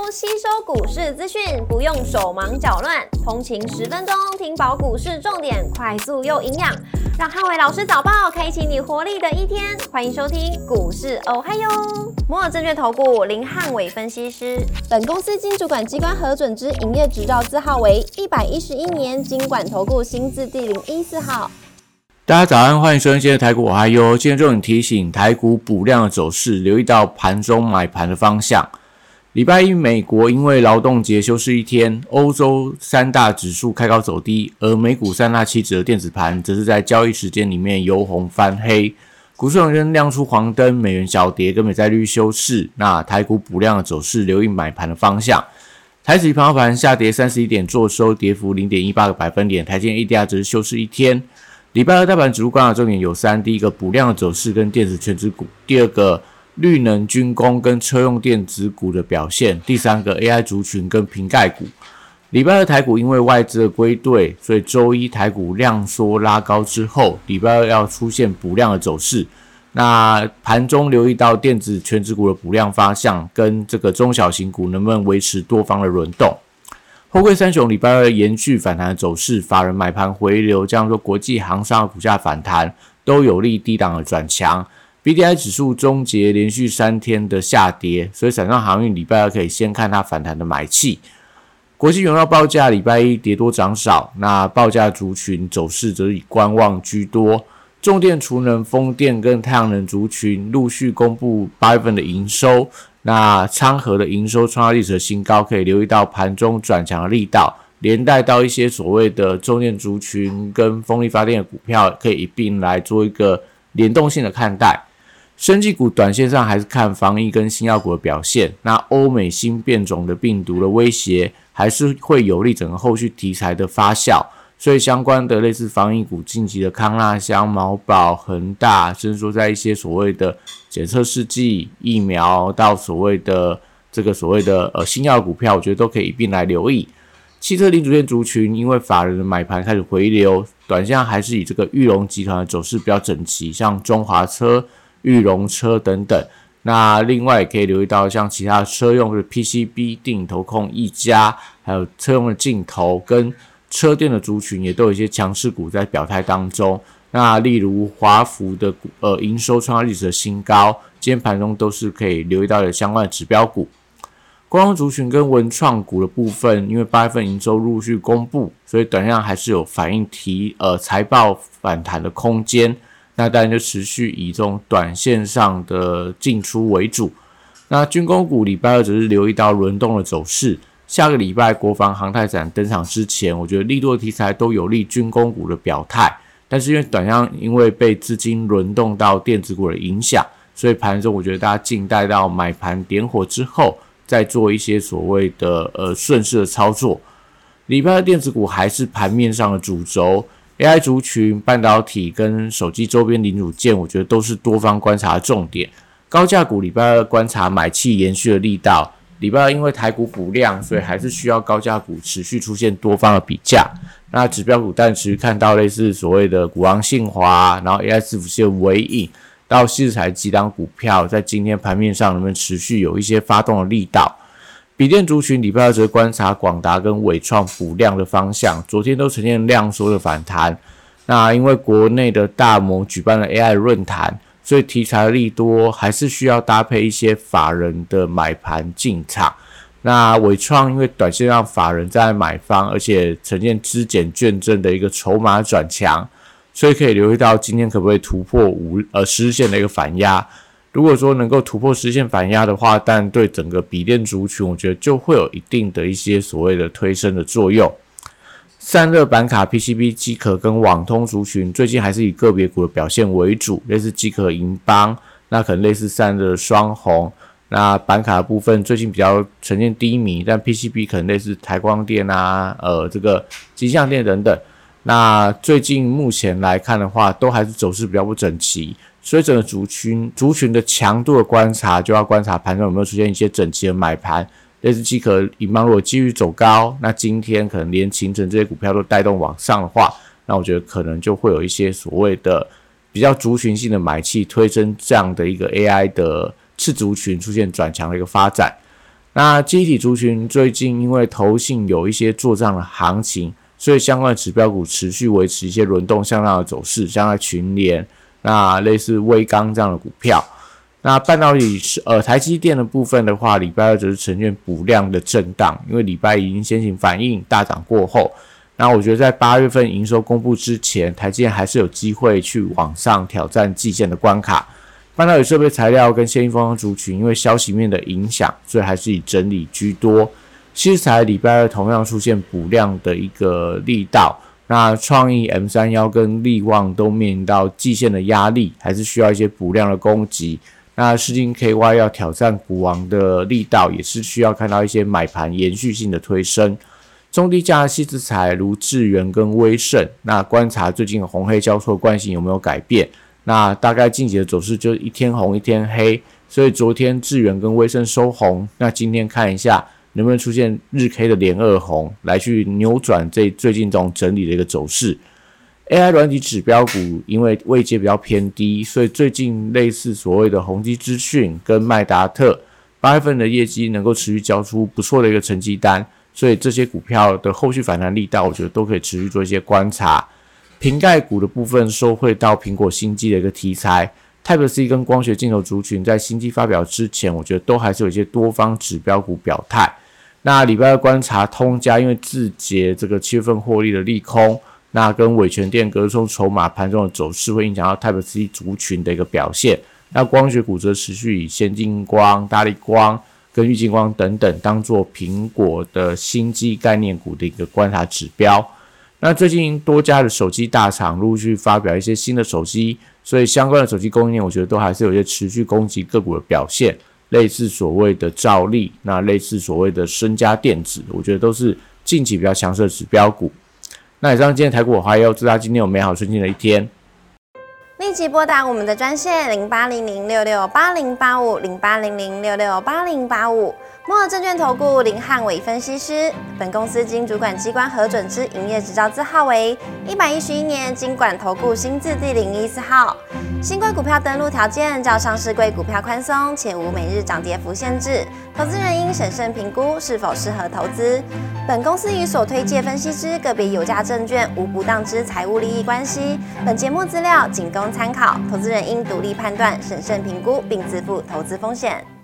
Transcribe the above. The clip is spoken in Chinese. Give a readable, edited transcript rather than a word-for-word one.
吸收股市资讯，不用手忙脚乱，通勤10分钟听饱股市重点，快速又营养，让汉伟老师早报开启你活力的一天。欢迎收听股市哦嗨哟，摩尔证券投顾林汉伟分析师。本公司经主管机关核准之营业执照字号为111年金管投顾新字第014号。 大家早安，欢迎收听今天的台股我嗨哟。今天重点提醒台股补量的走势，留意到盘中买盘的方向。礼拜一美国因为劳动节休市一天，欧洲三大指数开高走低，而美股三大期指的电子盘则是在交易时间里面由红翻黑，股市仍然亮出黄灯，美元小跌跟美债率休市。那台股补量的走势，留意买盘的方向。台指期盘后盘下跌31点，做收跌幅 0.18 个百分点，台积电 ADR 则是休市一天。礼拜二大盘指数观察重点有3，第一个补量的走势跟电子全指股，第二个绿能军工跟车用电子股的表现，第三个 AI 族群跟瓶盖股。礼拜二台股因为外资的归队，所以周一台股量缩拉高之后，礼拜二要出现补量的走势。那盘中留意到电子全指股的补量方向，跟这个中小型股能不能维持多方的轮动。货柜三雄礼拜二延续反弹的走势，法人买盘回流，加上说国际航商的股价反弹，都有利低档的转强。BDI 指数终结连续3天的下跌，所以散装航运礼拜二可以先看它反弹的买气。国际原料报价礼拜一跌多涨少，那报价族群走势则以观望居多。重电、储能、风电跟太阳能族群陆续公布8月份的营收，那昌河的营收创下历史的新高，可以留意到盘中转强的力道，连带到一些所谓的重电族群跟风力发电的股票，可以一并来做一个联动性的看待。生技股短线上还是看防疫跟新药股的表现，那欧美新变种的病毒的威胁还是会有利整个后续题材的发酵，所以相关的类似防疫股晋级的康那香、毛宝、恒大，甚至说在一些所谓的检测试剂、疫苗到所谓的新药股票，我觉得都可以一并来留意。汽车零组件族群因为法人的买盘开始回流，短线还是以这个裕隆集团的走势比较整齐，像中华车、裕隆车等等。那另外也可以留意到像其他车用的 PCB、定投控、一家，还有车用的镜头跟车电的族群也都有一些强势股在表态当中。那例如华孚的营收创下历史的新高，今天盘中都是可以留意到的相关的指标股。观光族群跟文创股的部分，因为8月份营收陆续公布，所以短线还是有反映财报反弹的空间。那当然就持续以这种短线上的进出为主。那军工股礼拜二只是留意到轮动的走势。下个礼拜国防航太展登场之前，我觉得利多的题材都有利军工股的表态。但是因为短线因为被资金轮动到电子股的影响，所以盘中我觉得大家静待到买盘点火之后，再做一些所谓的顺势的操作。礼拜二电子股还是盘面上的主轴。AI 族群、半导体跟手机周边零组件，我觉得都是多方观察的重点。高价股礼拜二观察买气延续的力道，礼拜二因为台股补量，所以还是需要高价股持续出现多方的比价。那指标股但持续看到类似所谓的股王信华，然后 AI 伺服器的微影，到矽材几档股票，在今天盘面上能不能持续有一些发动的力道。笔电族群礼拜二则观察广达跟伟创补量的方向，昨天都呈现量缩的反弹。那因为国内的大摩举办了 AI 论坛，所以题材利多还是需要搭配一些法人的买盘进场。那伟创因为短线上法人在买方，而且呈现资减券证的一个筹码转强，所以可以留意到今天可不可以突破10日线的一个反压。如果说能够突破10线反压的话，但对整个笔电族群，我觉得就会有一定的一些所谓的推升的作用。散热板卡、PCB、机壳跟网通族群，最近还是以个别股的表现为主，类似机壳银邦，那可能类似散热双红。那板卡的部分最近比较呈现低迷，但 PCB 可能类似台光电啊，这个金像电等等。那最近目前来看的话，都还是走势比较不整齐。所以整个族群的强度的观察，就要观察盘中有没有出现一些整齐的买盘，类似机壳银邦如果继续走高，那今天可能连勤诚这些股票都带动往上的话，那我觉得可能就会有一些所谓的比较族群性的买气推升这样的一个 AI 的次族群出现转强的一个发展。 那记忆体族群最近因为投信有一些做账的行情，所以相关的指标股持续维持一些轮动向上的走势，像在群联，那类似威刚这样的股票。那半导体台积电的部分的话，礼拜二则是呈现补量的震荡，因为礼拜已经先行反应大涨过后，那我觉得在8月份营收公布之前，台积电还是有机会去往上挑战季线的关卡。半导体设备材料跟先进封装族群因为消息面的影响，所以还是以整理居多。矽材礼拜二同样出现补量的一个力道，那创意 M31 跟力旺都面临到季线的压力，还是需要一些补量的攻击。那世晶 KY 要挑战股王的力道，也是需要看到一些买盘延续性的推升。中低价的矽资材如智原跟威盛，那观察最近的红黑交错惯性有没有改变。那大概近期的走势就一天红一天黑，所以昨天智原跟威盛收红，那今天看一下能不能出现日 K 的连二红，来去扭转最近这种整理的一个走势。AI 软体指标股因为位阶比较偏低，所以最近类似所谓的宏基资讯跟麦达特8月份的业绩能够持续交出不错的一个成绩单，所以这些股票的后续反弹力道我觉得都可以持续做一些观察。瓶盖股的部分受惠到苹果新机的一个题材， Type-C 跟光学镜头族群在新机发表之前，我觉得都还是有一些多方指标股表态。那礼拜二观察通家因为自结这个7月份获利的利空，那跟伟全电隔空筹码盘中的走势会影响到 Type-C 族群的一个表现。那光学股则持续以先进光、大立光跟玉晶光等等当作苹果的新机概念股的一个观察指标。那最近多家的手机大厂陆续发表一些新的手机，所以相关的手机供应链我觉得都还是有一些持续攻击个股的表现，类似所谓的兆利，那类似所谓的身家电子，我觉得都是近期比较强势的指标股。那以上今天台股我还有祝大家今天有美好顺心的一天。 立即拨打我们的专线0800668085 0800668085。摩尔证券投顾林汉伟分析师，本公司经主管机关核准之营业执照字号为111年金管投顾新字第014号。新规股票登录条件较上市柜股票宽松，且无每日涨跌幅限制，投资人应审慎评估是否适合投资。本公司与所推介分析之个别有价证券无不当之财务利益关系。本节目资料仅供参考，投资人应独立判断、审慎评估，并自负投资风险。